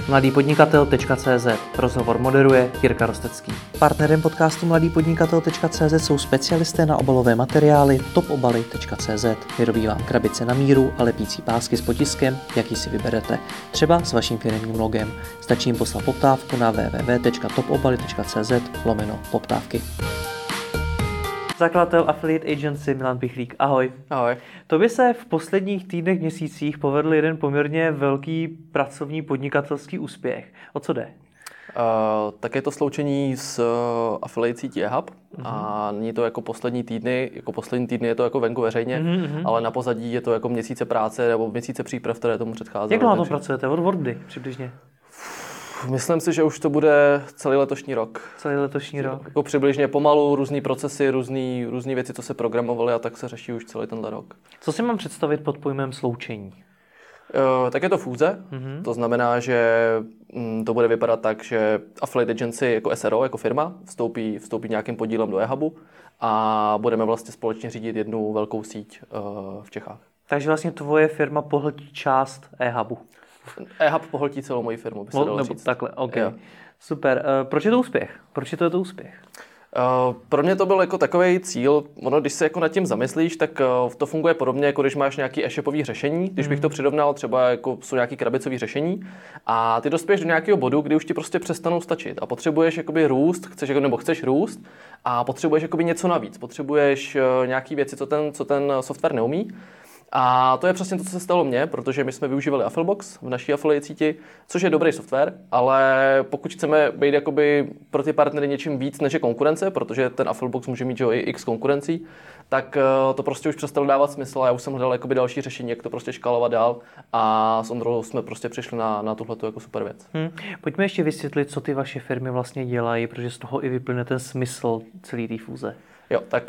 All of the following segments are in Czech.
mladýpodnikatel.cz. Rozhovor moderuje Jirka Rostecký. Partnerem podcastu mladýpodnikatel.cz jsou specialisté na obalové materiály topobaly.cz. Vyrobí vám krabice na míru a lepící pásky s potiskem, jaký si vyberete. Třeba s vaším firemním logem. Stačí jim poslat poptávku na www.topobaly.cz/poptávky. Zakladatel Affiliate Agency Milan Pichlík. Ahoj. Ahoj. Tobě se v posledních týdnech, měsících povedl jeden poměrně velký pracovní podnikatelský úspěch. O co jde? Tak je to sloučení s affiliate sítí eHub a není to jako poslední týdny je to jako venku veřejně, ale na pozadí je to jako měsíce práce nebo měsíce příprav, které tomu předcházely. Jak dlouho na tom pracujete? Od kdy přibližně? Myslím si, že už to bude celý letošní rok. Celý letošní rok. Jako přibližně pomalu, různý procesy, různý věci, co se programovaly a tak se řeší už celý tenhle rok. Co si mám představit pod pojmem sloučení? Tak je to fúze, to znamená, že to bude vypadat tak, že Affiliate Agency jako SRO, jako firma, vstoupí nějakým podílem do eHubu a budeme vlastně společně řídit jednu velkou síť v Čechách. Takže vlastně tvoje firma pohltí část eHubu. eHub pohltí celou moji firmu, by se dalo říct. Takhle, OK. Jo. Super. Proč je to úspěch? Proč je to úspěch? Pro mě to byl jako takový cíl. Ono, když se jako nad tím zamyslíš, tak to funguje podobně, jako když máš nějaký e-shopový řešení. Když bych to přirovnal, třeba jako jsou nějaký krabicový řešení a ty dospěješ do nějakého bodu, kdy už ti prostě přestanou stačit a potřebuješ jakoby růst, chceš růst a potřebuješ jakoby něco navíc. Potřebuješ nějaký věci, co ten software neumí. A to je přesně to, co se stalo mně, protože my jsme využívali Affilbox v naší affiliate síti, což je dobrý software, ale pokud chceme být jakoby pro ty partnery něčím víc než je konkurence, protože ten Affilbox může mít i x konkurencí, tak to prostě už přestalo dávat smysl a já už jsem hledal jakoby další řešení, jak to prostě škálovat dál a s Ondrou jsme prostě přišli na tuhletu jako super věc. Pojďme ještě vysvětlit, co ty vaše firmy vlastně dělají, protože z toho i vyplyne ten smysl celé té fúze. Jo, tak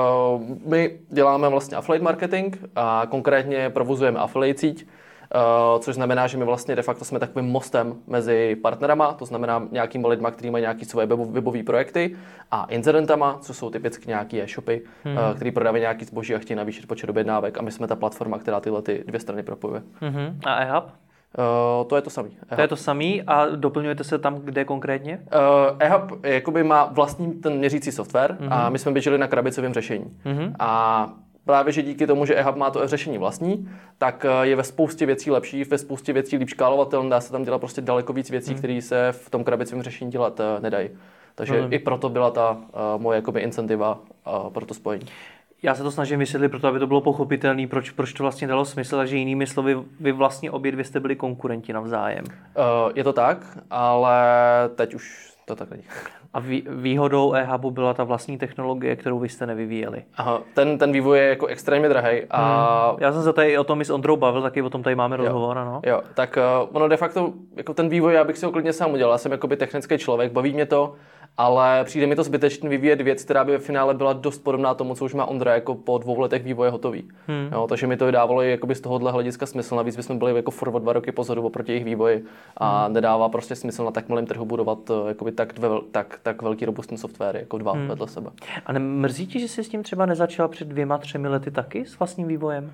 my děláme vlastně affiliate marketing a konkrétně provozujeme affiliate síť, což znamená, že my vlastně de facto jsme takovým mostem mezi partnerama, to znamená nějakými lidma, kteří mají nějaké svoje webové projekty a incidentama, co jsou typicky nějaké e-shopy, který prodávají nějaký zboží a chtějí navýšit počet objednávek a my jsme ta platforma, která tyhle dvě strany propojuje. A eHub? To je to samý. To je to samý a doplňujete se tam, kde konkrétně? eHub jakoby má vlastní ten měřící software a my jsme běželi na krabicovém řešení. A právě, že díky tomu, že eHub má to řešení vlastní, tak je ve spoustě věcí lepší, ve spoustě věcí líp škálovatelný, dá se tam dělat prostě daleko víc věcí, které se v tom krabicovém řešení dělat nedají. Takže i proto byla ta moje jakoby incentiva pro to spojení. Já se to snažím vysvětlit, proto aby to bylo pochopitelné, proč to vlastně dalo smysl, takže jinými slovy, vy vlastně obě dvě jste byli konkurenti navzájem. Je to tak, ale teď už to tak není. A výhodou eHubu byla ta vlastní technologie, kterou vy jste nevyvíjeli. Aha, ten vývoj je jako extrémně drahý. Já jsem se tady o tom i s Ondrou bavil, taky o tom tady máme rozhovor, ano. Jo, tak ono de facto, jako ten vývoj, já bych si ho klidně sám udělal. Já jsem jakoby technický člověk, baví mě to, ale přijde mi to zbytečně vyvíjet věc, která by ve finále byla dost podobná tomu, co už má Ondra jako po 2 letech vývoje hotový. Jo, takže mi to dávalo i jakoby z tohohle hlediska smysl. Navíc bychom byli jako furt o 2 roky pozadu oproti jejich vývoji a nedává prostě smysl na tak malém trhu budovat jakoby tak velký robustní software jako dva vedle sebe. A nemrzí ti, že jsi s tím třeba nezačal před 2-3 lety taky s vlastním vývojem?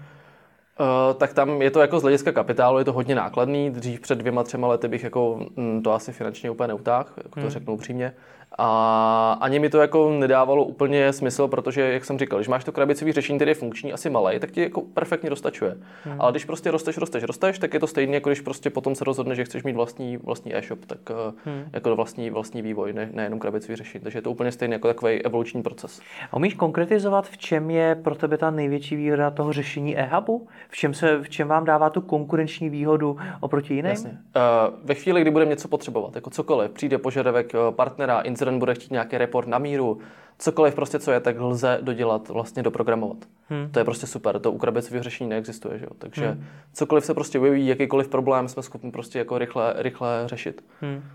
Tak tam je to jako z hlediska kapitálu, je to hodně nákladný. Dřív před 2-3 lety bych jako to asi finančně úplně neutáhl, jako to řeknu upřímně. A ani mi to jako nedávalo úplně smysl, protože, jak jsem říkal, když máš to krabicový řešení, který je funkční, asi malej, tak ti jako perfektně dostačuje. Ale když prostě rosteš, tak je to stejné, jako když prostě potom se rozhodneš, že chceš mít vlastní e-shop, tak jako vlastní vývoj, nejenom krabicový řešení. Takže je to úplně stejný jako takový evoluční proces. A umíš konkretizovat, v čem je pro tebe ta největší výhoda toho řešení eHubu? V čem vám dává tu konkurenční výhodu oproti jiným? Jasně. Ve chvíli, kdy budeme něco potřebovat, jako cokoliv, přijde požadavek partnera, incident bude chtít nějaký report na míru, cokoliv prostě, co je, tak lze dodělat, vlastně doprogramovat. To je prostě super, to u krabicového řešení neexistuje, že jo? Takže cokoliv se prostě objeví, jakýkoliv problém jsme schopni prostě jako rychle řešit.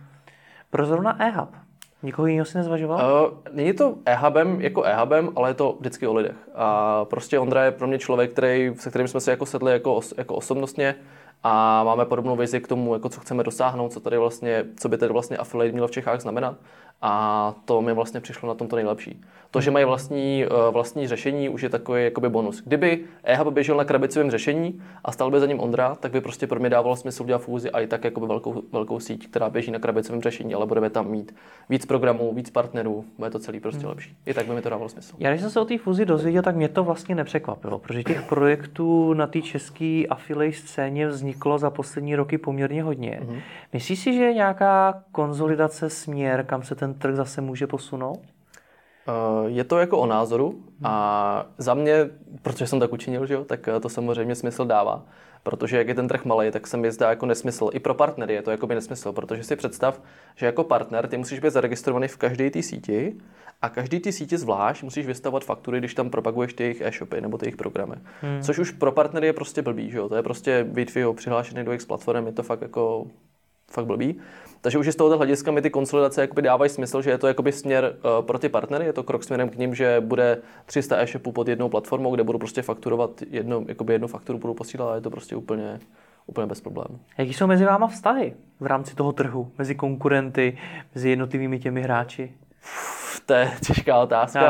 Pro zrovna eHub. Nikoho jiného si nezvažoval? Není to e-hubem, ale je to vždycky o lidech. A prostě Ondra je pro mě člověk, se kterým jsme se jako sedli jako osobnostně a máme podobnou vizi k tomu, jako co chceme dosáhnout, co by tady vlastně affiliate mělo v Čechách znamenat. A to mi vlastně přišlo na tom to nejlepší. To, že mají vlastní řešení, už je takový jakoby bonus. Kdyby eHub běžel na krabicovém řešení a stal by za ním Ondra, tak by prostě pro mě dávalo smysl udělat fúzi a i tak jakoby velkou síť, která běží na krabicovém řešení, ale budeme tam mít víc programů, víc partnerů, bude to celý prostě lepší. I tak by mi to dávalo smysl. Já když jsem se o té fúzi dozvěděl, tak mě to vlastně nepřekvapilo, protože těch projektů na té české affiliate scéně vzniklo za poslední roky poměrně hodně. Myslíš si, že je nějaká konsolidace směr, kam se ten trh zase může posunout? Je to jako o názoru a za mě, protože jsem tak učinil, že jo, tak to samozřejmě smysl dává. Protože jak je ten trh malý, tak se mi zdá jako nesmysl. I pro partnery je to jako by nesmysl, protože si představ, že jako partner ty musíš být zaregistrovaný v každé té síti a každý té síti zvlášť musíš vystavovat faktury, když tam propaguješ ty jejich e-shopy nebo ty jejich programy. Což už pro partnery je prostě blbý, že jo? To je prostě být přihlášený do jejich platform, je to fakt blbý. Takže už z tohoto hlediska mi ty konsolidace jakoby dávají smysl, že je to jakoby směr pro ty partnery, je to krok směrem k ním, že bude 300 e-shopů pod jednou platformou, kde budu prostě fakturovat jednu fakturu budu posílat a je to prostě úplně bez problémů. Jaký jsou mezi váma vztahy v rámci toho trhu, mezi konkurenty, mezi jednotlivými těmi hráči? To je těžká otázka.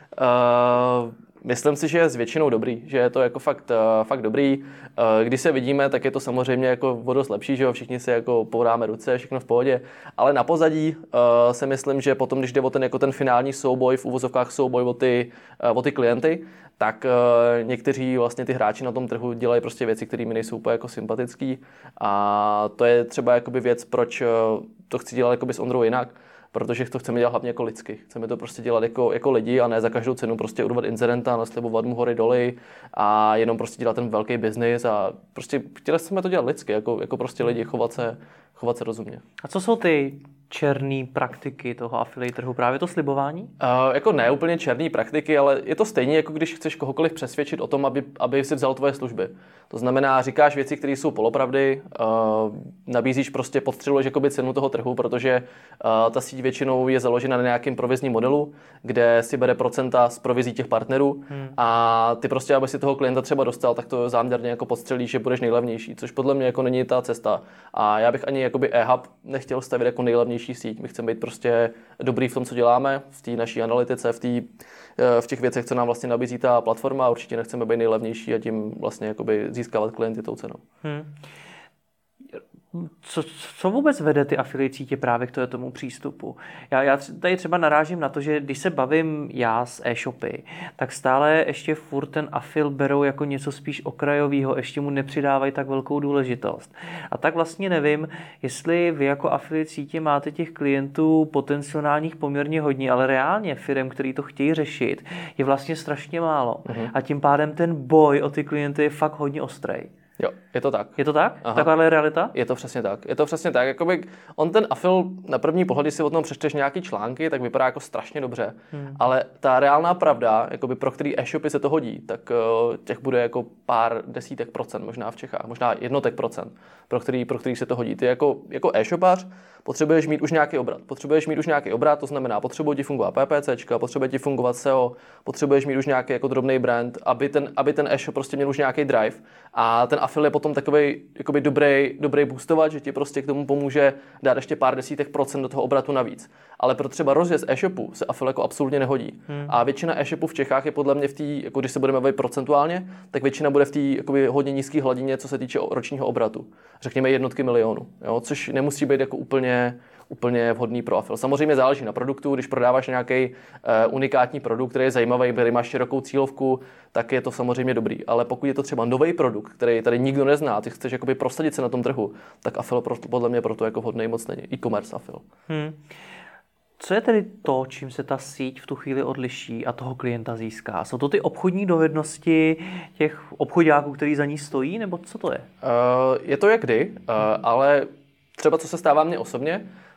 Myslím si, že je s většinou dobrý, že je to jako fakt dobrý. Když se vidíme, tak je to samozřejmě jako o dost lepší, že jo, všichni si jako podáme ruce, všechno v pohodě, ale na pozadí si myslím, že potom, když jde o ten finální souboj, v uvozovkách souboj o ty klienty, tak někteří vlastně ty hráči na tom trhu dělají prostě věci, které mi nejsou úplně jako sympatický a to je třeba jakoby věc, proč to chci dělat jakoby s Ondrou jinak. Protože to chceme dělat hlavně jako lidsky. Chceme to prostě dělat jako lidi a ne za každou cenu prostě urvat inzerenta, naslibovat mu hory doly a jenom prostě dělat ten velký biznis a prostě chtěli jsme to dělat lidsky, jako prostě lidi, chovat se rozumně. A co jsou ty černé praktiky toho affiliate trhu? Právě to slibování? Jako ne úplně černé praktiky, ale je to stejně, jako když chceš kohokoliv přesvědčit o tom, aby si vzal tvoje služby. To znamená, říkáš věci, které jsou polopravdy, nabízíš prostě, podstřeluješ jakoby cenu toho trhu, protože ta síť většinou je založena na nějakém provizním modelu, kde si bere procenta z provizí těch partnerů a ty prostě, aby si toho klienta třeba dostal, tak to záměrně jako podstřelíš, že budeš nejlevnější, což podle mě jako není ta cesta. A já bych ani jakoby eHub nechtěl stavit jako nejlevnější síť. My chceme být prostě dobrý v tom, co děláme, v té naší analytice, v těch věcech, co nám vlastně nabízí ta platforma. Určitě nechceme být nejlevnější a tím vlastně jakoby získávat klienty tou cenou. Co vůbec vede ty affiliate sítě právě k tomu přístupu? Já tady třeba narážím na to, že když se bavím já s e-shopy, tak stále ještě furt ten affil berou jako něco spíš okrajového, ještě mu nepřidávají tak velkou důležitost. A tak vlastně nevím, jestli vy jako affiliate sítě máte těch klientů potenciálních poměrně hodně, ale reálně firem, který to chtějí řešit, je vlastně strašně málo. A tím pádem ten boj o ty klienty je fakt hodně ostrej. Jo, je to tak. Je to tak? Aha. Taková je realita? Je to přesně tak. Jakoby on ten affil na první pohled, když si o tom přečteš nějaký články, tak vypadá jako strašně dobře. Ale ta reálná pravda, jakoby pro který e-shopy se to hodí, tak těch bude jako pár desítek procent možná v Čechách, možná jednotek procent, pro který se to hodí. Ty jako e-shopář potřebuješ mít už nějaký obrat. To znamená, potřebuje ti fungovat PPCčka, potřebuje ti fungovat SEO, potřebuješ mít už nějaký jako drobný brand, aby ten e-shop prostě měl už nějaký drive. A ten affiliate je potom takovej jakoby dobrý boostovat, že ti prostě k tomu pomůže dát ještě pár desítek procent do toho obratu navíc. Ale pro třeba rozjezd e-shopu se affiliate jako absolutně nehodí. A většina e-shopů v Čechách je podle mě v té, jako když se budeme bavit procentuálně, tak většina bude v té jakoby hodně nízké hladině, co se týče ročního obratu. Řekněme jednotky milionů, jo? Což nemusí být jako úplně vhodný pro affiliate. Samozřejmě záleží na produktu, když prodáváš nějaký unikátní produkt, který je zajímavý, který máš širokou cílovku, tak je to samozřejmě dobrý. Ale pokud je to třeba nový produkt, který tady nikdo nezná, ty chceš jakoby prosadit se na tom trhu, tak affiliate podle mě proto jako vhodný moc není. E-commerce affiliate. Co je tedy to, čím se ta síť v tu chvíli odliší a toho klienta získá? Jsou to ty obchodní dovednosti těch obchodáků, který za ní stojí, nebo co to je? Je to jak kdy, ale třeba co se stává mně osobně,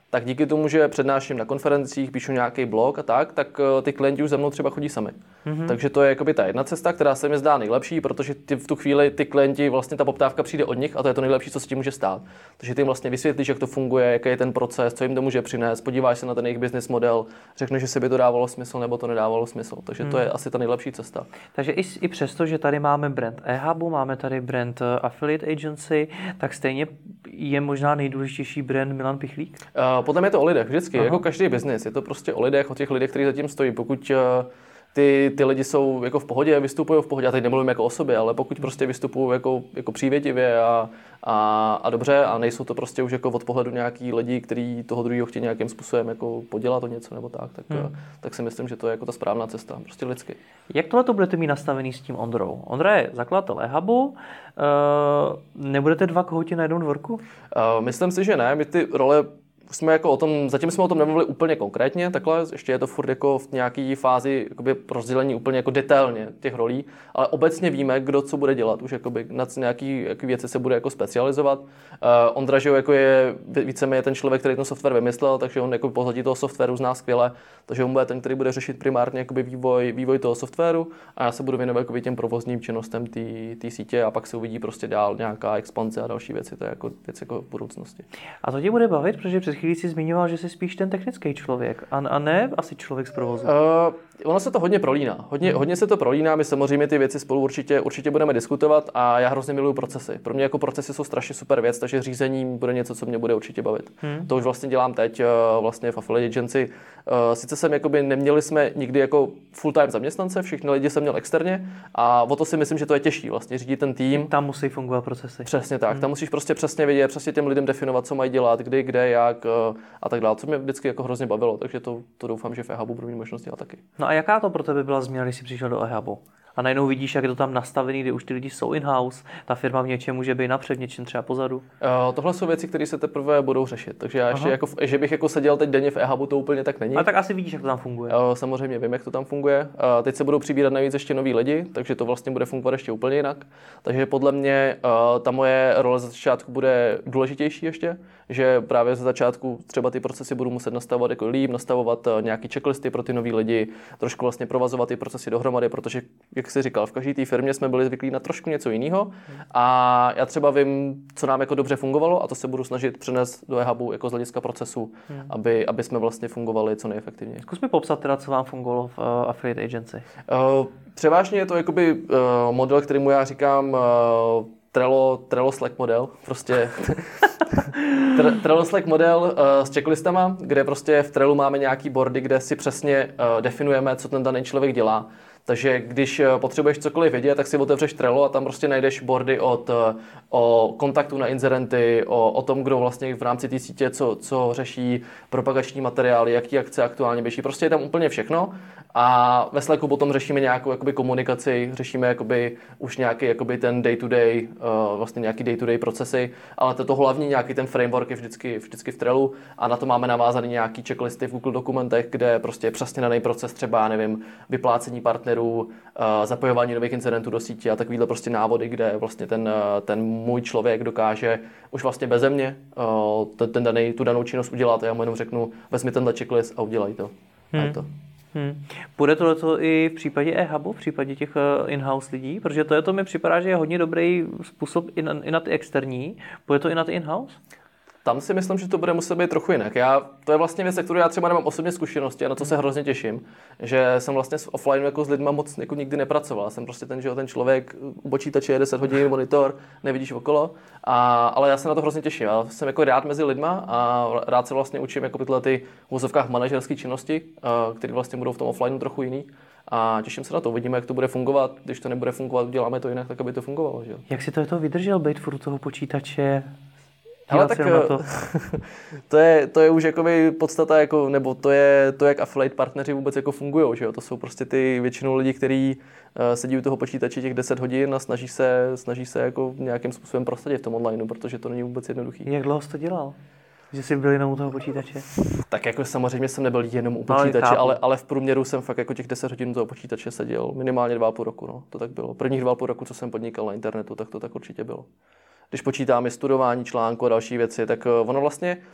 tak díky tomu, že přednáším na konferencích, píšu nějaký blog a tak ty klienti už za mnou třeba chodí sami. Takže to je jakoby ta jedna cesta, která se mi zdá nejlepší, protože v tu chvíli ty klienti, vlastně ta poptávka přijde od nich a to je to nejlepší, co se tím může stát. Takže ty jim vlastně vysvětlíš, jak to funguje, jaký je ten proces, co jim to může přinést, podíváš se na ten jejich business model, řekneš, že si by to dávalo smysl nebo to nedávalo smysl. Takže to je asi ta nejlepší cesta. Takže i přesto, že tady máme brand eHubu, máme tady brand Affiliate Agency, tak stejně je možná nejdůležitější brand Milan Pichlík? Potom je to o lidech vždycky, jako každý biznis. Je to prostě o lidech, o těch lidech, kteří zatím stojí. Pokud ty lidi jsou jako v pohodě, vystupují v pohodě, já teď nemluvím jako o sobě, ale pokud prostě vystupují jako přívětivě a dobře a nejsou to prostě už jako od pohledu nějaký lidi, kteří toho druhého chtějí nějakým způsobem jako podělat o něco nebo tak si myslím, že to je jako ta správná cesta, prostě lidsky. Jak tohle to budete mít nastavený s tím Ondrou? Ondra je zakladatel eHubu, nebudete dva kohouti na jednom dvorku? Myslím si, že ne, my ty role zatím jsme o tom nemluvili úplně konkrétně, takhle, ještě je to furt jako v nějaké fázi jakoby rozdělení úplně jako detailně těch rolí, ale obecně víme, kdo co bude dělat, už jakoby na nějaký věci se bude jako specializovat. Ondra, že jako je víceméně ten člověk, který ten software vymyslel, takže on jako pozadí toho softwaru zná skvěle, takže on bude ten, který bude řešit primárně jakoby vývoj toho softwaru a já se budu věnovat jakoby těm provozním činnostem té sítě a pak se uvidí prostě dál nějaká expanze a další věci, to je jako věc jako v budoucnosti. A to tě bude bavit, protože před chvílí jsi zmiňoval, že jsi spíš ten technický člověk a ne asi člověk z provozu. Ono se to hodně prolíná. Hodně se to prolíná, my samozřejmě ty věci spolu určitě budeme diskutovat a já hrozně miluju procesy. Pro mě jako procesy jsou strašně super věc, takže řízení bude něco, co mě bude určitě bavit. To už vlastně dělám teď vlastně v Affiliate Agency. Sice neměli jsme nikdy jako full-time zaměstnance, všichni lidi jsem měl externě a o to si myslím, že to je těžší vlastně řídit ten tým. Tam musí fungovat procesy. Přesně tak, tam musíš prostě přesně vědět, přesně těm lidem definovat, co mají dělat, kdy, kde, jak a tak dále, co mě vždycky jako hrozně bavilo, takže to doufám, že v eHubu budu mít možnost dělat taky. No a jaká to pro tebe byla změna, když jsi přišel do eHubu? A najednou vidíš, jak je to tam nastavený, kdy už ty lidi jsou in-house, ta firma v něčem může být napřed, v něčem třeba pozadu. Tohle jsou věci, které se teprve budou řešit. Takže já ještě že bych jako seděl teď denně v eHubu, to úplně tak není. A tak asi vidíš, jak to tam funguje. Samozřejmě vím, jak to tam funguje. Teď se budou přibírat navíc ještě noví lidi, takže to vlastně bude fungovat ještě úplně jinak. Takže podle mě ta moje role ze začátku bude důležitější ještě, že právě ze začátku třeba ty procesy budu muset nastavovat jako líp, nastavovat nějaký checklisty pro ty nový lidi, trošku vlastně provazovat ty procesy dohromady, protože jak jsi říkal, v každé té firmě jsme byli zvyklí na trošku něco jiného a já třeba vím, co nám jako dobře fungovalo a to se budu snažit přenést do eHubu jako z hlediska procesu, aby jsme vlastně fungovali co nejefektivněji. Zkus mi popsat teda, co vám fungovalo v Affiliate Agency. Převážně je to jakoby model, kterému já říkám Trello Slack model, prostě Trello Slack model s checklistama, kde prostě v Trellu máme nějaký boardy, kde si přesně definujeme, co ten daný člověk dělá. Takže když potřebuješ cokoliv vědět, tak si otevřeš Trello a tam prostě najdeš boardy o kontaktu na inzerenty, o tom, kdo vlastně v rámci té sítě co řeší, propagační materiály, jaký akce aktuálně běží. Prostě je tam úplně všechno. A ve Slacku potom řešíme nějakou jakoby komunikaci, řešíme jakoby už nějaký jakoby ten day-to-day, vlastně nějaký day-to-day procesy, ale to hlavní nějaký ten framework je vždycky v Trellu a na to máme navázaný nějaký checklisty v Google dokumentech, kde prostě je přesně daný proces, třeba nevím, vyplácení partnerů, zapojování nových incidentů do sítě a takovýhle prostě návody, kde vlastně ten můj člověk dokáže už vlastně beze mě tu danou činnost udělat a já mu jenom řeknu, vezmi tenhle checklist a udělej to. A je to. Bude tohleto i v případě eHubu, v případě těch in-house lidí? Protože to mi připadá, že je hodně dobrý způsob i na ty externí. Bude to i na ty in-house? Tam si myslím, že to bude muset být trochu jinak. To je vlastně věc, kterou já třeba nemám osobně zkušenosti a na to se hrozně těším, že jsem vlastně s offline jako s lidma moc jako nikdy nepracoval. Jsem prostě ten člověk u počítače je 10 hodin monitor, nevidíš okolo, ale já se na to hrozně těším. Já jsem jako rád mezi lidma a rád se vlastně učím jako tyhle ty v uvozovkách manažerské činnosti, které vlastně budou v tom offline trochu jiný. A těším se na to, uvidíme, jak to bude fungovat. Když to nebude fungovat, uděláme to jinak, tak aby to fungovalo. Že? Jak si to vydržel být furt u toho počítače? Ale tak to je už jakoby podstata, jako, nebo to je to, jak affiliate partneři vůbec jako fungujou, že jo? To jsou prostě ty většinou lidi, kteří sedí u toho počítače těch 10 hodin a snaží se jako nějakým způsobem prosadit v tom online, protože to není vůbec jednoduchý. Jak dlouho jsi to dělal? Že jsi byl jenom u toho počítače? Tak jako samozřejmě jsem nebyl jenom u počítače, ale v průměru jsem fakt jako těch 10 hodin u toho počítače seděl. Minimálně 2,5 roku, no. To tak bylo. Prvních 2,5 roku, co jsem podnikal na internetu, tak to tak určitě bylo. Když počítáme studování článku a další věci, tak ono vlastně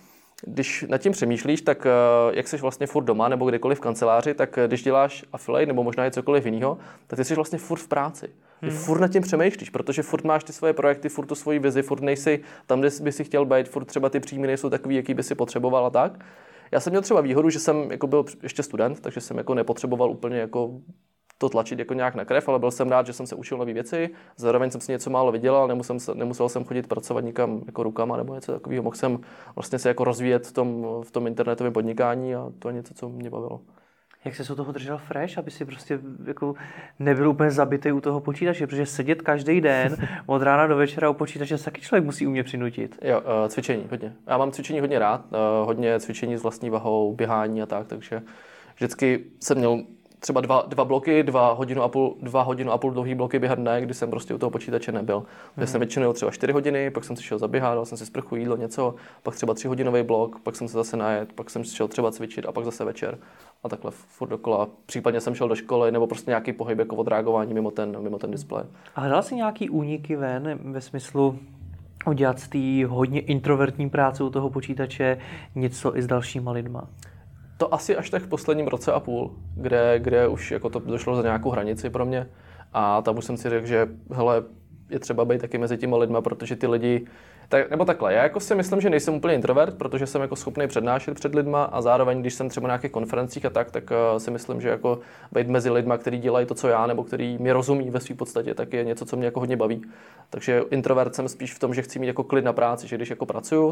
když nad tím přemýšlíš, tak jak jsi vlastně furt doma nebo kdekoliv v kanceláři, tak když děláš affiliate nebo možná i cokoliv jiného, tak ty jsi vlastně furt v práci. Ty furt nad tím přemýšlíš, protože furt máš ty svoje projekty, furt tu svoji vizi, furt nejsi tam, kde by si chtěl být, furt třeba ty příjmy nejsou takový, jaký by si potřeboval a tak. Já jsem měl třeba výhodu, že jsem jako byl ještě student, takže jsem jako nepotřeboval úplně jako to tlačit jako nějak na krev, ale byl jsem rád, že jsem se učil nové věci, zároveň jsem si něco málo vydělal, nemusel jsem chodit pracovat nikam jako rukama nebo něco takového, mohl jsem vlastně se jako rozvíjet v tom internetovém podnikání a to je něco, co mě bavilo. Jak jsi se u toho držel fresh, aby si prostě jako nebyl úplně zabitý u toho počítače, protože sedět každý den od rána do večera u počítače se taky člověk musí umět přinutit. Jo, cvičení hodně. Já mám cvičení hodně rád, hodně cvičení s vlastní vahou, běhání a tak, takže vždycky jsem měl třeba dva bloky, 2,5 hodiny dlouhý bloky běhat dne, kdy jsem prostě u toho počítače nebyl. Takže jsem většinou třeba 4 hodiny, pak jsem si šel zaběhat, dal jsem si sprchu, jídlo, něco, pak třeba 3hodinový blok, pak jsem se zase najet, pak jsem šel třeba cvičit a pak zase večer. A takhle furt dokola. Případně jsem šel do školy nebo prostě nějaký pohyb jako odreagování mimo ten displej. A hledal jsi nějaký úniky ven ve smyslu udělat z té hodně introvertní práce u toho počítače něco i s dalšíma lidma? To asi až tak v posledním roce a půl, kde už jako to došlo za nějakou hranici pro mě a tam už jsem si řekl, že hele, je třeba být taky mezi těma lidma, protože ty lidi, nebo takhle, já jako si myslím, že nejsem úplně introvert, protože jsem jako schopný přednášet před lidma a zároveň, když jsem třeba na nějakých konferencích a tak si myslím, že jako být mezi lidma, kteří dělají to, co já, nebo kteří mi rozumí ve své podstatě, tak je něco, co mě jako hodně baví. Takže introvert jsem spíš v tom, že chci mít jako klid na práci, že když jako pracuju,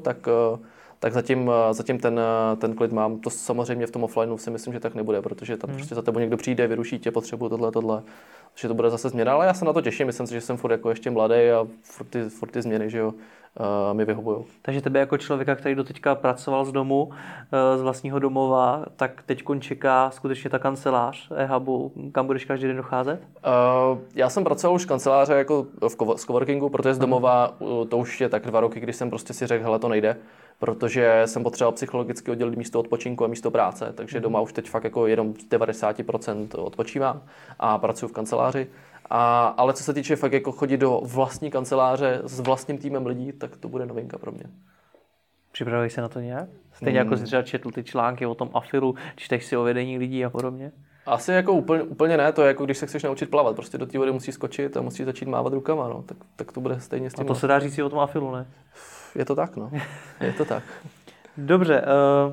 tak zatím ten klid mám. To samozřejmě v tom offlineu si myslím, že tak nebude, protože tam prostě za tebou někdo přijde, vyruší tě, potřebuju tohle. Takže to bude zase změna, ale já se na to těším, myslím si, že jsem furt jako ještě mladý a furt ty změny, že jo, mi vyhovují. Takže tebe jako člověka, který doteďka pracoval z domu, z vlastního domova, tak teď čeká skutečně ta kancelář e-hubu, kam budeš každý den docházet? Já jsem pracoval už v kanceláře jako z coworkingu, protože z domova to už je tak 2 roky, když jsem prostě si řekl, hele, to nejde, protože jsem potřeboval psychologicky oddělit místo odpočinku a místo práce, takže doma už teď fakt jako jenom z 90% odpočívám a pracuji v kanceláři. Ale co se týče fakt jako chodit do vlastní kanceláře s vlastním týmem lidí, tak to bude novinka pro mě. Připravuješ se na to nějak? Stejně jako jsi třeba četl ty články o tom afilu, čteš si o vedení lidí a podobně? Asi jako úplně ne, to je jako když se chceš naučit plavat, prostě do té vody musíš skočit a musíš začít mávat rukama, no, tak to bude stejně s tím. A to se dá říct si o tom afilu, ne? Je to tak, no. Je to tak. Dobře,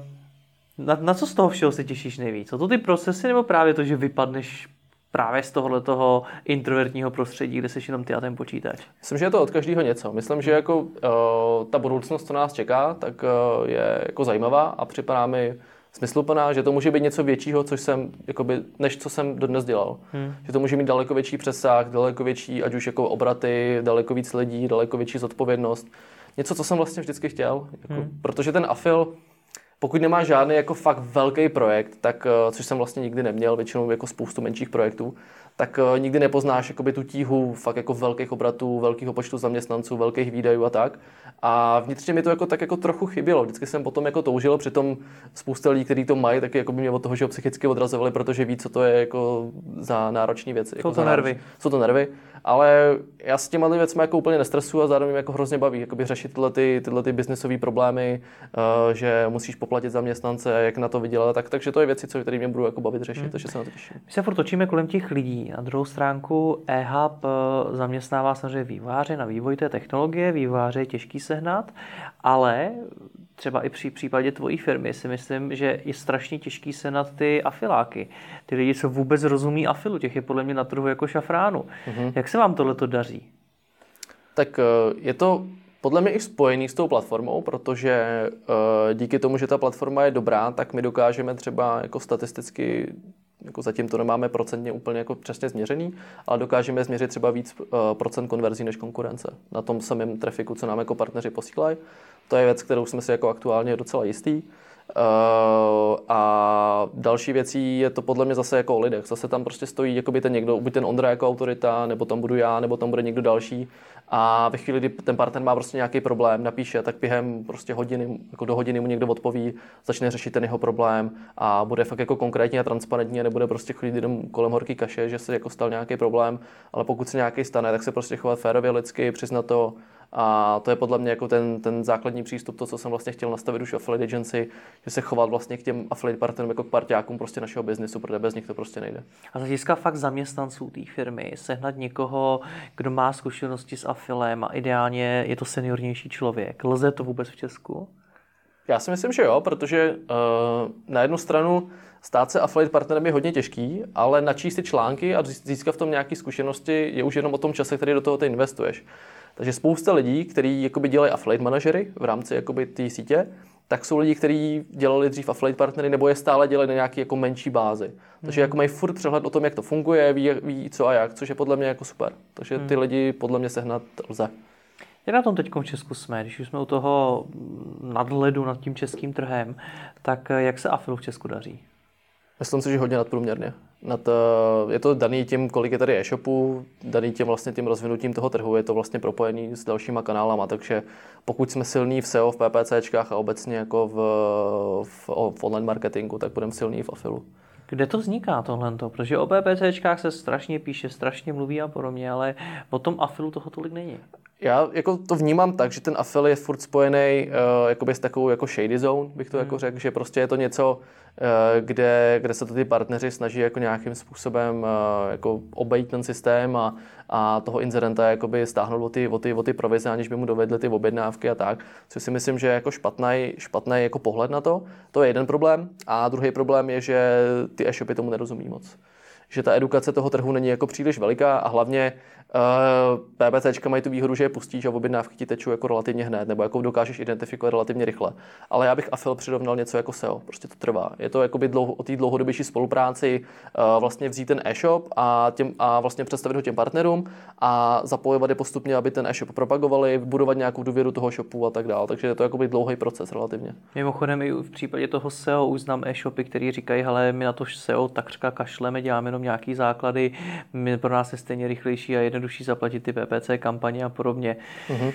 na co z toho všeho se těšíš nejvíc? O to ty procesy nebo právě to, že vypadneš právě z tohoto introvertního prostředí, kde jsi jenom ty a ten počítač? Myslím, že je to od každého něco. Myslím, že jako ta budoucnost, co nás čeká, tak je jako zajímavá a připadá mi smysluplná, že to může být něco většího, než co jsem dodnes dělal. Že to může mít daleko větší přesah, daleko větší, ať už jako obraty, daleko víc lidí, daleko větší zodpovědnost. Něco, co jsem vlastně vždycky chtěl. Protože ten afil, pokud nemáš žádný jako fakt velký projekt, tak, což jsem vlastně nikdy neměl, většinou jako spoustu menších projektů, tak nikdy nepoznáš jakoby tu tíhu fakt jako velkých obratů, velkého počtu zaměstnanců, velkých výdajů a tak. A vnitřně mi to jako tak jako trochu chybělo. Vždycky jsem potom jako toužil, přitom spousta lidí, kteří to mají, taky jako by mě od toho, že ho psychicky odrazovali, protože ví, co to je jako za náročné věci. Jsou to nervy. Jsou to nervy, ale já s těma věcmi jako úplně nestresuju a zároveň mě jako hrozně baví jakoby řešit tyhle biznesové problémy, že musíš poplatit zaměstnance, jak na to vydělat, takže to je věci, které mě budou jako bavit řešit, takže se na to těším. My se furt točíme kolem těch lidí. Na druhou stránku eHub zaměstnává samozřejmě vývojáře na vývoj té technologie, vývojáře je těžký sehnat, ale třeba i při případě tvojí firmy si myslím, že je strašně těžký sehnat ty afiláky. Ty lidi, co vůbec rozumí afilu, těch je podle mě na trhu jako šafránu. Jak se vám tohleto daří? Tak je to podle mě i spojený s tou platformou, protože díky tomu, že ta platforma je dobrá, tak my dokážeme třeba jako statisticky, jako zatím to nemáme procentně úplně jako přesně změřený, ale dokážeme změřit třeba víc procent konverzí než konkurence na tom samém trafiku, co nám jako partneři posílají. To je věc, kterou jsme si jako aktuálně docela jistý. A další věcí je to podle mě zase jako o lidech. Zase tam prostě stojí jakoby ten někdo, buď ten Ondra jako autorita, nebo tam budu já, nebo tam bude někdo další. A ve chvíli, kdy ten partner má prostě nějaký problém, napíše, tak během prostě hodiny, jako do hodiny mu někdo odpoví, začne řešit ten jeho problém a bude fakt jako konkrétní a transparentní a nebude prostě chodit jenom kolem horký kaše, že se jako stal nějaký problém, ale pokud se nějaký stane, tak se prostě chovat férově lidsky, přiznat to A to je podle mě jako ten základní přístup, to, co jsem vlastně chtěl nastavit už v Affiliate Agency, že se chovat vlastně k těm affiliate partnerům jako k parťákům prostě našeho biznesu, protože bez nich to prostě nejde. A z hlediska fakt zaměstnanců té firmy, sehnat někoho, kdo má zkušenosti s afilem a ideálně je to seniornější člověk. Lze to vůbec v Česku? Já si myslím, že jo, protože na jednu stranu stát se affiliate partnerem je hodně těžký, ale načíst si články a získat v tom nějaké zkušenosti je už jenom o tom čase, který do toho ty investuješ. Takže spousta lidí, kteří jakoby dělají affiliate manažery v rámci jakoby té sítě, tak jsou lidi, kteří dělali dřív affiliate partnery nebo je stále dělají na nějaké jako menší bázi. Takže jako mají furt přehled o tom, jak to funguje, ví co a jak, což je podle mě jako super. Takže ty lidi podle mě sehnat lze. Jak na tom teď v Česku jsme, když už jsme u toho nadhledu nad tím českým trhem, tak jak se afilu v Česku daří? Myslím si, že hodně nadprůměrně. Je to daný tím, kolik je tady e-shopů, daný tím vlastně tím rozvinutím toho trhu, je to vlastně propojený s dalšíma kanálama, takže pokud jsme silní v SEO, v PPCčkách a obecně jako v online marketingu, tak budeme silní v afilu. Kde to vzniká tohleto? Protože o PPCčkách se strašně píše, strašně mluví a podobně, ale o tom afilu toho tolik není. Já jako to vnímám tak, že ten afil je furt spojený jakoby s takovou jako shady zone, bych to jako řekl, že prostě je to něco, kde se to ty partneři snaží jako nějakým způsobem jako obejít ten systém a toho inzerenta jakoby stáhnout o ty provize, aniž by mu dovedli ty objednávky a tak. Což si myslím, že je jako špatný jako pohled na to. To je jeden problém. A druhý problém je, že ty e-shopy tomu nerozumí moc. Že ta edukace toho trhu není jako příliš veliká a hlavně PPCčka mají tu výhodu, že je pustíš a objednávky ti tečou jako relativně hned, nebo jako dokážeš identifikovat relativně rychle. Ale já bych afil přirovnal něco jako SEO, prostě to trvá. Je to jakoby o té dlouhodobější spolupráci vlastně vzít ten e-shop a vlastně představit ho těm partnerům a zapojovat je postupně, aby ten e-shop propagovali, budovat nějakou důvěru toho shopu a tak dále. Takže je to jakoby dlouhý proces relativně. Mimochodem i v případě toho SEO už znám e-shopy, který říkají, hele, my na to SEO takřka kašleme, děláme jenom nějaký základy, pro nás je stejně rychlejší a jednodušší zaplatit ty PPC kampaně a podobně. Mm-hmm.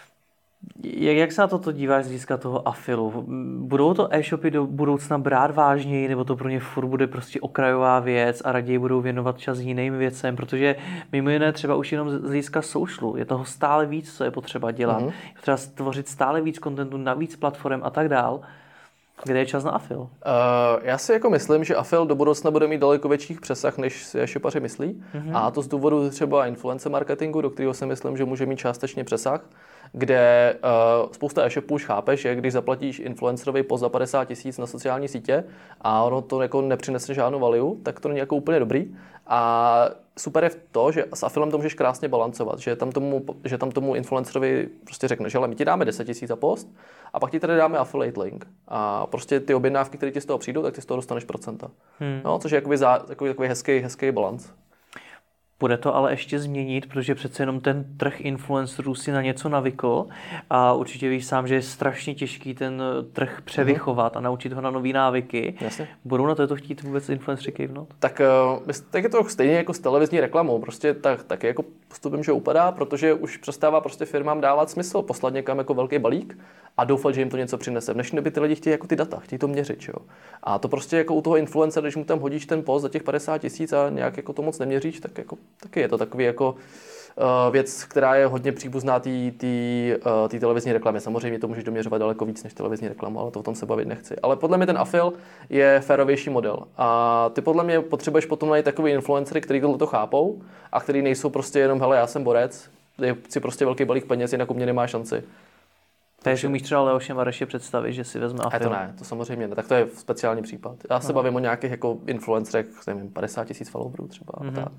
Jak se na toto díváš z hlediska toho afilu? Budou to e-shopy do budoucna brát vážněji, nebo to pro ně furt bude prostě okrajová věc a raději budou věnovat čas jiným věcem? Protože mimo jiné třeba už jenom z hlediska socialu je toho stále víc, co je potřeba dělat. Je potřeba stvořit stále víc kontentu na víc platform a tak dál. Kde je čas na afil? Já si jako myslím, že afil do budoucna bude mít daleko větších přesah, než si e-shopaři myslí. A to z důvodu třeba influencer marketingu, do kterého si myslím, že může mít částečně přesah, kde spousta e-shopů už chápe, že když zaplatíš influencerovi post za 50 000 na sociální sítě a ono to jako nepřinese žádnou value, tak to není jako úplně dobrý. A super je v to, že s afilem to můžeš krásně balancovat, že tam tomu influencerovi prostě řekneš, že my ti dáme 10 000 za post a pak ti tady dáme affiliate link. A prostě ty objednávky, které ti z toho přijdou, tak ty z toho dostaneš procenta. No, což je takový hezký balans. Bude to ale ještě změnit, protože přece jenom ten trh influencerů si na něco navykl a určitě víš sám, že je strašně těžký ten trh převychovat a naučit ho na nový návyky. Jasně. Budou na to chtít vůbec influenceři kejvnout? Tak je to stejně jako s televizní reklamou. Prostě tak jako postupem, že upadá, protože už přestává prostě firmám dávat smysl poslat někam jako velký balík a doufat, že jim to něco přinese. V dnešní době ty lidi chtějí jako ty data, chtějí to měřit. Jo? A to prostě jako u toho influencera, když mu tam hodíš ten post za těch 50 000 a nějak jako to moc neměříš, tak jako taky je to takový jako věc, která je hodně příbuzná té televizní reklamě. Samozřejmě to můžeš doměřovat daleko víc než televizní reklamu, ale to o tom se bavit nechci. Ale podle mě ten afil je férovější model. A ty podle mě potřebuješ potom najít takový influencery, kteří tohle to chápou a kteří nejsou prostě jenom, hele, já jsem borec, chci prostě velký balík peněz, jinak u mě nemá šanci. Takže umíš třeba Leoše Mareše představit, že si vezme afil? To ne, to samozřejmě ne. Tak to je speciální případ. Já se bavím o nějakých jako influencerech, nevím, 50 000 followerů třeba a tak.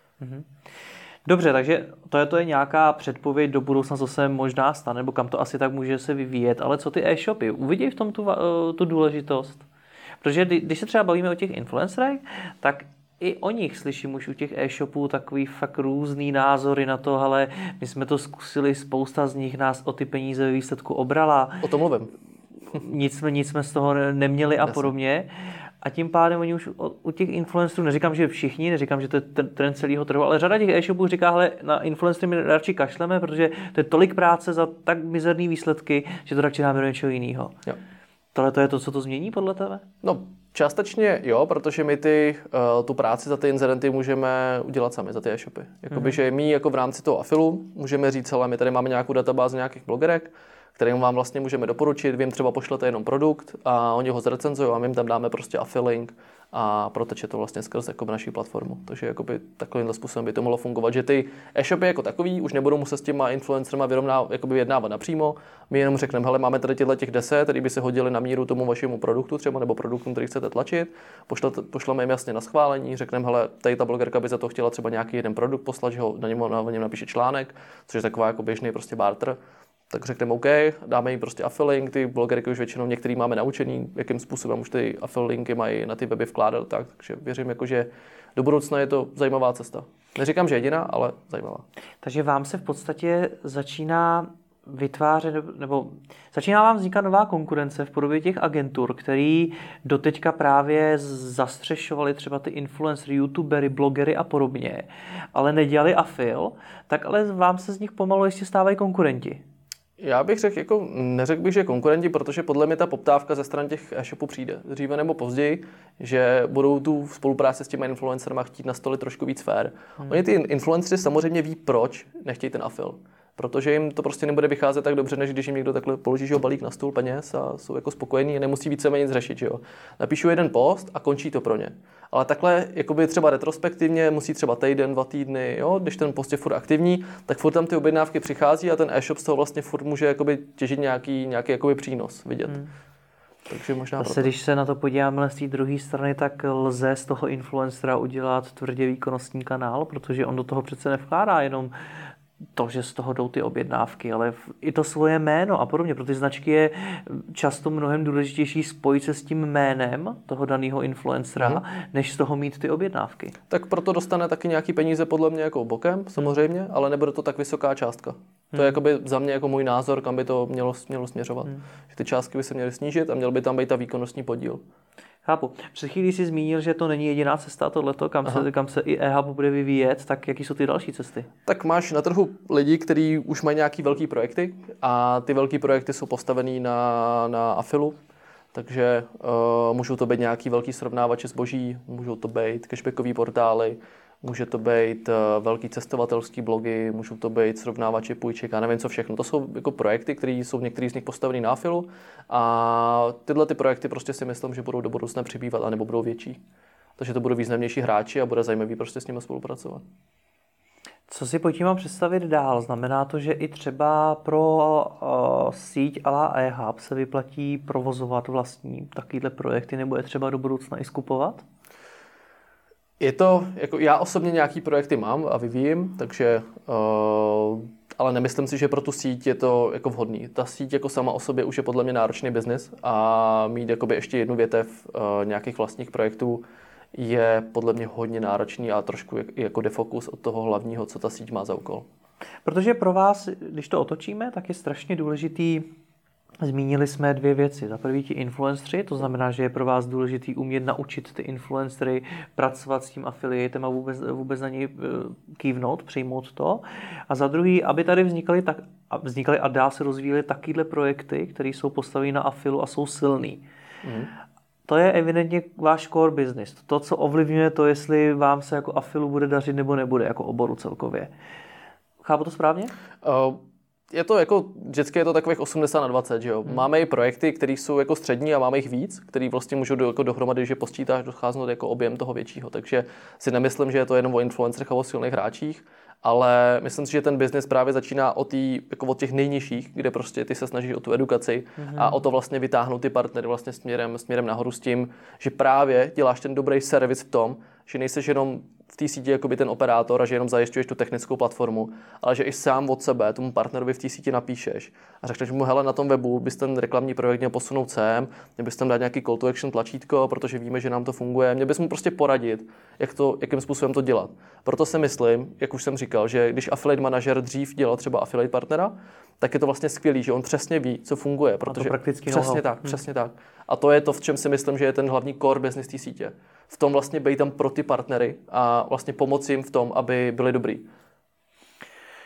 Dobře, takže to je nějaká předpověď do budoucna, co se možná stane, nebo kam to asi tak může se vyvíjet, ale co ty e-shopy? Uvidí v tom tu důležitost? Protože když se třeba bavíme o těch influencerech, tak i o nich slyším už u těch e-shopů takový fakt různý názory na to, ale my jsme to zkusili, spousta z nich nás o ty peníze ve výsledku obrala. O tom mluvím. Nic jsme z toho neměli a podobně. A tím pádem oni už u těch influencerů, neříkám, že všichni, neříkám, že to je trend celého trhu, ale řada těch e-shopů říká, hele, na influencery my radši kašleme, protože to je tolik práce za tak mizerný výsledky, že to radši dáme do něčeho jiného. Jo. Tohle to je to, co to změní podle tebe? No, částečně jo, protože my tu práci za ty incidenty můžeme udělat sami, za ty e-shopy. Jakoby, že my jako v rámci toho afilu můžeme říct, ale my tady máme nějakou databázi nějakých blogerek, kterým vám vlastně můžeme doporučit, vy jim třeba pošlete jenom produkt a oni ho zrecenzují a my jim tam dáme prostě affilink a proteče to vlastně skrz jako naší platformu. Takže jakoby takovýmhle způsobem by to mohlo fungovat, že ty e-shopy jako takový už nebudou muset s těma influencerma vyjednávat napřímo. My jenom řekneme, hele, máme tady těch 10, který by se hodili na míru tomu vašemu produktu třeba nebo produktům, který chcete tlačit. Pošleme jim jasně na schválení, řekneme, hele, tady ta blogerka by za to chtěla třeba nějaký jeden produkt poslat, že ho na něm napíše článek, což je taková jako běžný prostě barter. Tak řekneme OK, dáme jim prostě affilink, ty blogerky už většinou některý máme naučený, jakým způsobem už ty affilinky mají na ty weby vkládat, takže věřím, jako, že do budoucna je to zajímavá cesta. Neříkám, že jediná, ale zajímavá. Takže vám se v podstatě začíná vám vznikat nová konkurence v podobě těch agentur, který doteďka právě zastřešovali třeba ty influencery, youtubery, blogery a podobně, ale nedělali afil, tak ale vám se z nich pomalu ještě stávají konkurenti. Já bych řekl, neřekl bych, že konkurenti, protože podle mě ta poptávka ze stran těch e-shopů přijde dříve nebo později, že budou tu spolupráci s těmi influencerama chtít nastolit trošku víc fair. Oni ty influencery samozřejmě ví, proč nechtějí ten afil. Protože jim to prostě nebude vycházet tak dobře, než když jim někdo takhle položí balík na stůl peněz a jsou jako spokojení a nemusí víceméně nic řešit. Že jo. Napíšu jeden post a končí to pro ně. Ale takhle jakoby třeba retrospektivně musí třeba týden, 2 týdny, jo, když ten post je furt aktivní, tak furt tam ty objednávky přichází a ten e-shop z toho vlastně furt může jakoby těžit nějaký jakoby přínos vidět. Takže možná zase, když se na to podíváme z té druhé strany, tak lze z toho influencera udělat tvrdě výkonnostní kanál, protože on do toho přece nevkládá jenom to, že z toho jdou ty objednávky, ale i to svoje jméno a podobně. Pro ty značky je často mnohem důležitější spojit se s tím jménem toho daného influencera, než z toho mít ty objednávky. Tak proto dostane taky nějaký peníze podle mě jako bokem, samozřejmě, ale nebude to tak vysoká částka. To je jakoby za mě jako můj názor, kam by to mělo směřovat. Že ty částky by se měly snížit a měl by tam být ta výkonnostní podíl. Chápu. Před chvílí jsi zmínil, že to není jediná cesta tohleto, kam se i e-hub bude vyvíjet, tak jaký jsou ty další cesty? Tak máš na trhu lidi, kteří už mají nějaký velký projekty a ty velký projekty jsou postavený na afilu, takže můžou to být nějaký velký srovnávače zboží, můžou to být cashbackový portály, může to být velký cestovatelský blogy, můžou to být srovnávače půjček a nevím co všechno. To jsou jako projekty, které jsou některý z nich postavený na afilu a tyhle ty projekty prostě si myslím, že budou do budoucna přibývat a nebo budou větší. Takže to budou významnější hráči a bude zajímavý prostě s nimi spolupracovat. Co si pod tím mám představit dál? Znamená to, že i třeba pro síť a la e-hub se vyplatí provozovat vlastní takovýhle projekty nebo je třeba do budoucna i skupovat? Je to, jako já osobně nějaký projekty mám a vyvíjím, takže, ale nemyslím si, že pro tu síť je to jako vhodný. Ta síť jako sama o sobě už je podle mě náročný biznis a mít jakoby ještě jednu větev nějakých vlastních projektů je podle mě hodně náročný a trošku jako defokus od toho hlavního, co ta síť má za úkol. Protože pro vás, když to otočíme, tak je strašně důležitý. Zmínili jsme 2 věci. Za první ti influencery, to znamená, že je pro vás důležitý umět naučit ty influencery pracovat s tím affiliatem a vůbec na něj kývnout, přijmout to. A za druhý, aby tady vznikaly a dál se rozvíjely takovéhle projekty, které jsou postaveny na afilu a jsou silný. To je evidentně váš core business. To, co ovlivňuje to, jestli vám se jako afilu bude dařit nebo nebude, jako oboru celkově. Chápu to správně? Je to jako, vždycky je to takových 80/20, že jo. Máme i projekty, které jsou jako střední a máme jich víc, které vlastně můžou jako dohromady, že posčítáš, docházet jako objem toho většího. Takže si nemyslím, že je to jenom o influencerech a o silných hráčích, ale myslím si, že ten biznis právě začíná od těch nejnižších, kde prostě ty se snažíš o tu edukaci a o to vlastně vytáhnout ty partnery vlastně směrem nahoru s tím, že právě děláš ten dobrý servis v tom, že nejseš jenom v té síti jakoby ten operátor a že jenom zajišťuješ tu technickou platformu, ale že i sám od sebe tomu partnerovi v té síti napíšeš a řekneš mu, hele, na tom webu bys ten reklamní projekt měl posunout sem, měl bys tam dát nějaký call to action tlačítko, protože víme, že nám to funguje, měl bys mu prostě poradit, jakým způsobem to dělat. Proto si myslím, jak už jsem říkal, že když affiliate manažer dřív dělal třeba affiliate partnera, tak je to vlastně skvělý, že on přesně ví, co funguje, protože přesně tak. A to je to, v čem si myslím, že je ten hlavní core business té sítě. V tom vlastně být tam pro ty partnery a vlastně pomoci jim v tom, aby byli dobrý.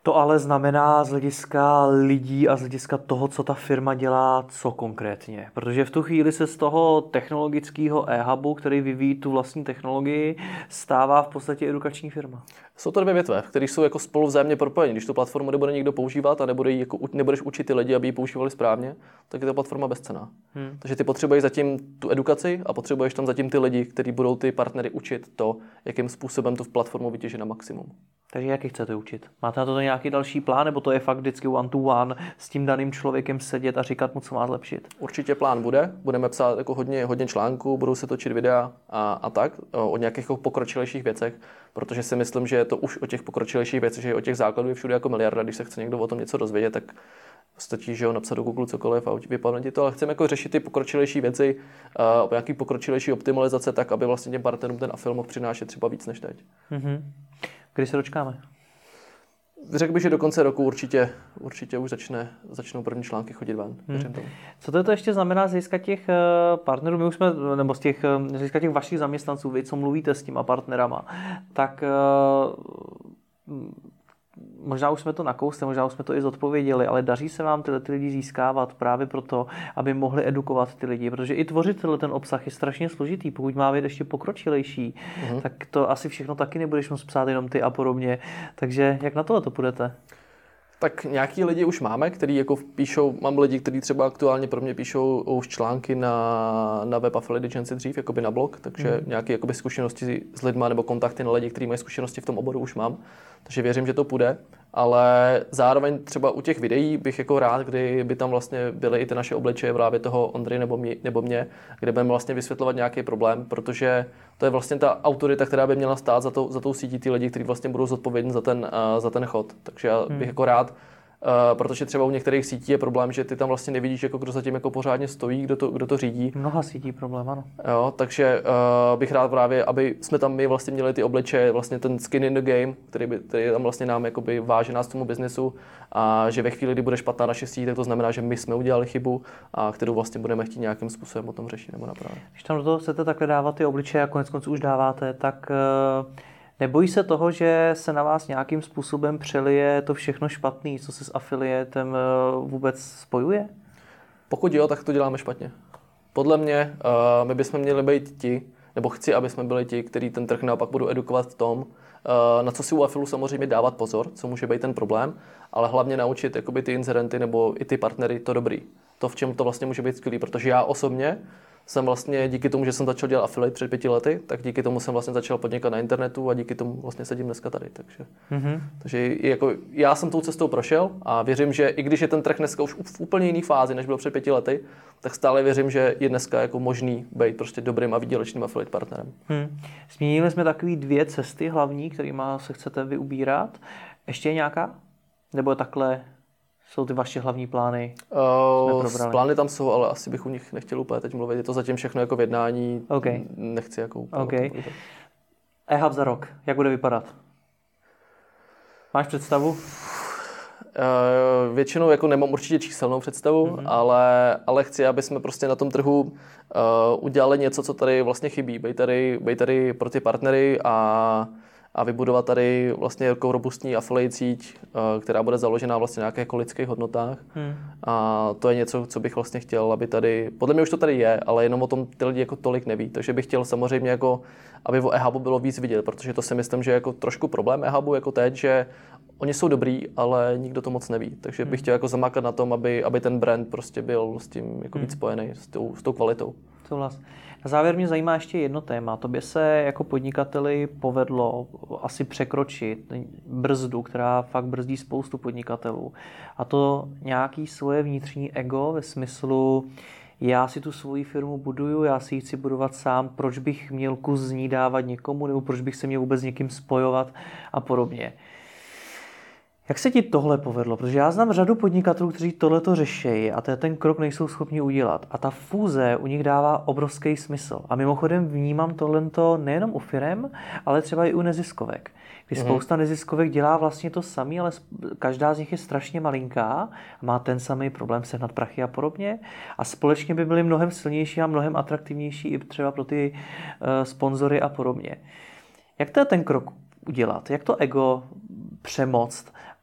To ale znamená z hlediska lidí a z hlediska toho, co ta firma dělá, co konkrétně. Protože v tu chvíli se z toho technologického e-hubu, který vyvíjí tu vlastní technologii, stává v podstatě edukační firma. Jsou to dvě větve, které jsou jako spolu vzájemně propojení. Když tu platformu nebude někdo používat a nebudeš učit ty lidi, aby ji používali správně, tak je ta platforma bezcenná. Takže ty potřebuješ zatím tu edukaci a potřebuješ tam zatím ty lidi, kteří budou ty partnery učit to, jakým způsobem tu platformu vytěžit na maximum. Takže jak ji chcete učit? Máte na to nějaký další plán, nebo to je fakt vždycky one to one s tím daným člověkem sedět a říkat mu, co má zlepšit? Určitě plán bude. Budeme psát jako hodně článků, budou se točit videa a tak o nějakých pokročilejších věcech, protože si myslím, že je to už o těch pokročilejších věcech, že o těch základů je všude jako miliarda. Když se chce někdo o tom něco dozvědět, tak stačí, že ho napsat do Google cokoliv a vypadne ti to, ale chceme jako řešit ty pokročilejší věci, nějaký pokročilejší optimalizace, tak aby vlastně těm partnerům ten afil mohl přinášet třeba víc než teď. Kdy se dočkáme? Řekl bych, že do konce roku určitě už začnou první články chodit ven. Co to ještě znamená z hlediska těch partnerů? My už jsme, nebo z hlediska těch vašich zaměstnanců, vy co mluvíte s těma partnerama, tak možná už jsme to nakousli, možná už jsme to i zodpověděli, ale daří se vám ty lidi získávat právě proto, aby mohli edukovat ty lidi, protože i tvořit ten obsah je strašně složitý, pokud má být ještě pokročilejší, tak to asi všechno taky nebudeš moct psát jenom ty a podobně. Takže jak na tohle půjdete? Tak nějaký lidi už máme, kteří jako píšou, mám lidi, kteří třeba aktuálně pro mě píšou už články na web Affiliate Agency dřív, jakoby na blog, takže nějaké jakoby zkušenosti s lidma nebo kontakty na lidi, kteří mají zkušenosti v tom oboru už mám, takže věřím, že to půjde, ale zároveň třeba u těch videí bych jako rád, kdyby tam vlastně byly i ty naše obličeje právě toho Ondry nebo mě, kde budeme vlastně vysvětlovat nějaký problém, protože to je vlastně ta autorita, která by měla stát za tou sítí ty lidi, kteří vlastně budou zodpovědní za ten chod. Takže já bych jako rád, protože třeba u některých sítí je problém, že ty tam vlastně nevidíš, jako kdo zatím jako pořádně stojí, kdo to řídí. Mnoha sítí problém, ano. Jo, takže bych rád právě, aby jsme tam my vlastně měli ty obličeje, vlastně ten skin in the game, který tam vlastně nám jakoby váže nás tomu biznesu a že ve chvíli, kdy bude špatná naše síť, tak to znamená, že my jsme udělali chybu a kterou vlastně budeme chtít nějakým způsobem o tom řešit nebo napravit. Když tam do toho chcete takhle dávat ty obličeje a koneckonců už dáváte, tak nebojí se toho, že se na vás nějakým způsobem přelije to všechno špatný, co se s afiliétem vůbec spojuje? Pokud jo, tak to děláme špatně. Podle mě my bychom měli být ti, nebo chci, aby jsme byli ti, kteří ten trh naopak budou edukovat v tom, na co si u afilu samozřejmě dávat pozor, co může být ten problém, ale hlavně naučit jakoby ty inzerenty nebo i ty partnery to dobrý. To, v čem to vlastně může být skvělý, protože já osobně jsem vlastně díky tomu, že jsem začal dělat affiliate před 5 lety, tak díky tomu jsem vlastně začal podnikat na internetu a díky tomu vlastně sedím dneska tady. Takže jako já jsem tou cestou prošel a věřím, že i když je ten trh dneska už v úplně jiný fázi, než byl před 5 lety, tak stále věřím, že je dneska jako možný být prostě dobrým a výdělečným affiliate partnerem. Zmínili jsme takové 2 cesty hlavní, kterými se chcete vy ubírat. Ještě je nějaká? Nebo takhle jsou ty vaše hlavní plány? Plány tam jsou, ale asi bych u nich nechtěl úplně teď mluvit. Je to zatím všechno jako v jednání. Okay. Nechci jako úplně. Okay. eHub za rok, jak bude vypadat? Máš představu? Většinou jako nemám určitě číselnou představu, ale chci, aby jsme prostě na tom trhu udělali něco, co tady vlastně chybí. Bej tady pro ty partnery a vybudovat tady vlastně jako robustní affiliate síť, která bude založená vlastně na nějakých jako lidských hodnotách. A to je něco, co bych vlastně chtěl, aby tady, podle mě už to tady je, ale jenom o tom ty lidi jako tolik neví. Takže bych chtěl samozřejmě jako, aby o eHubu bylo víc vidět, protože to si myslím, že je jako trošku problém eHubu jako teď, že oni jsou dobrý, ale nikdo to moc neví. Takže bych chtěl jako zamákat na tom, aby ten brand prostě byl s tím jako víc spojený, s tou kvalitou. Souhlas. Na závěr mě zajímá ještě jedno téma. Tobě se jako podnikateli povedlo asi překročit brzdu, která fakt brzdí spoustu podnikatelů. A to nějaký svoje vnitřní ego ve smyslu, já si tu svoji firmu buduju, já si ji chci budovat sám, proč bych měl kus z ní dávat někomu, nebo proč bych se měl vůbec s někým spojovat a podobně. Jak se ti tohle povedlo? Protože já znám řadu podnikatelů, kteří tohleto řeší a ten krok nejsou schopni udělat. A ta fúze u nich dává obrovský smysl. A mimochodem vnímám tohleto nejenom u firem, ale třeba i u neziskovek. Kdy spousta neziskovek dělá vlastně to samé, ale každá z nich je strašně malinká a má ten samý problém sehnat prachy a podobně. A společně by byly mnohem silnější a mnohem atraktivnější i třeba pro ty sponzory a podobně. Jak to je ten krok udělat? Jak to ego přemoct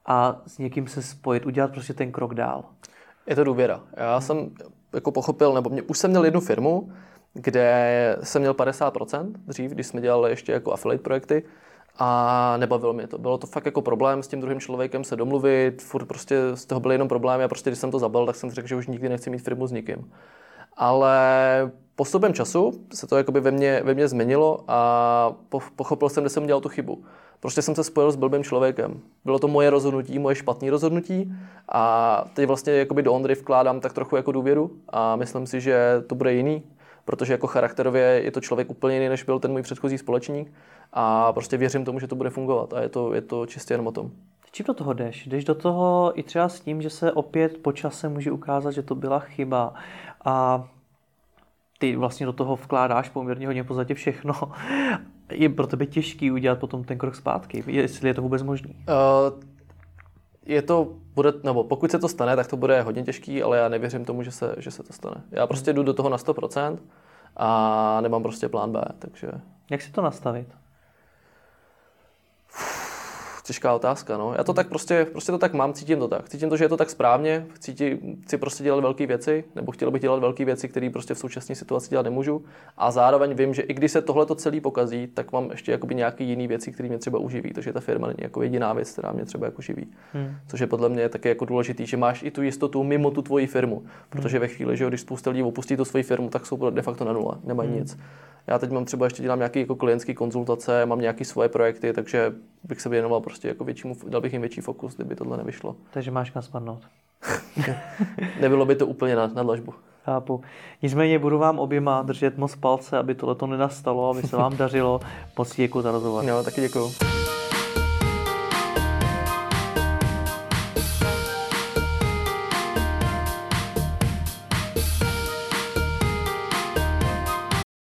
a s někým se spojit, udělat prostě ten krok dál? Je to důvěra. Já jsem jako pochopil, nebo už jsem měl jednu firmu, kde jsem měl 50% dřív, když jsme dělali ještě jako affiliate projekty a nebavilo mě to. Bylo to fakt jako problém s tím druhým člověkem se domluvit, furt prostě z toho byly jenom problémy a prostě když jsem to zabil, tak jsem řekl, že už nikdy nechci mít firmu s nikým. Ale postupem času se to jakoby ve mně změnilo a pochopil jsem, že jsem dělal tu chybu. Prostě jsem se spojil s blbým člověkem. Bylo to moje rozhodnutí, moje špatné rozhodnutí a teď vlastně jakoby do Ondry vkládám tak trochu jako důvěru a myslím si, že to bude jiný, protože jako charakterově je to člověk úplně jiný, než byl ten můj předchozí společník a prostě věřím tomu, že to bude fungovat a je to čistě jenom o tom. Čím do toho jdeš? Jdeš do toho i třeba s tím, že se opět po čase může ukázat, že to byla chyba a ty vlastně do toho vkládáš poměrně hodně v podstatě všechno. Je pro tebe těžký udělat potom ten krok zpátky, jestli je to vůbec možný? Pokud se to stane, tak to bude hodně těžký, ale já nevěřím tomu, že se to stane. Já prostě jdu do toho na 100% a nemám prostě plán B, takže... Jak si to nastavit? Těžká otázka, no. Já to tak prostě to tak mám, cítím to tak. Cítím to, že je to tak správně, chci prostě dělat velké věci, nebo chtěl bych dělat velké věci, které prostě v současné situaci dělat nemůžu. A zároveň vím, že i když se tohleto celý pokazí, tak mám ještě jakoby nějaké jiné věci, které mě třeba uživí. Takže ta firma není jako jediná věc, která mě třeba jako živí. Což je podle mě taky jako důležitý, že máš i tu jistotu mimo tu tvoji firmu. Protože ve chvíli, že když spousta lidí opustí tu svoji firmu, tak jsou de facto na nule, nemají nic. Já teď mám třeba ještě dělám nějaké jako klientské konzultace, mám nějaké svoje projekty, takže bych se věnoval prostě jako dal bych jim větší fokus, kdyby tohle nevyšlo. Takže máš kam spadnout. Nebylo by to úplně na dlažbu. Chápu. Nicméně budu vám oběma držet moc palce, aby tohleto nenastalo, aby se vám dařilo. Moc děkuji za rozhovor. Jo, taky děkuju.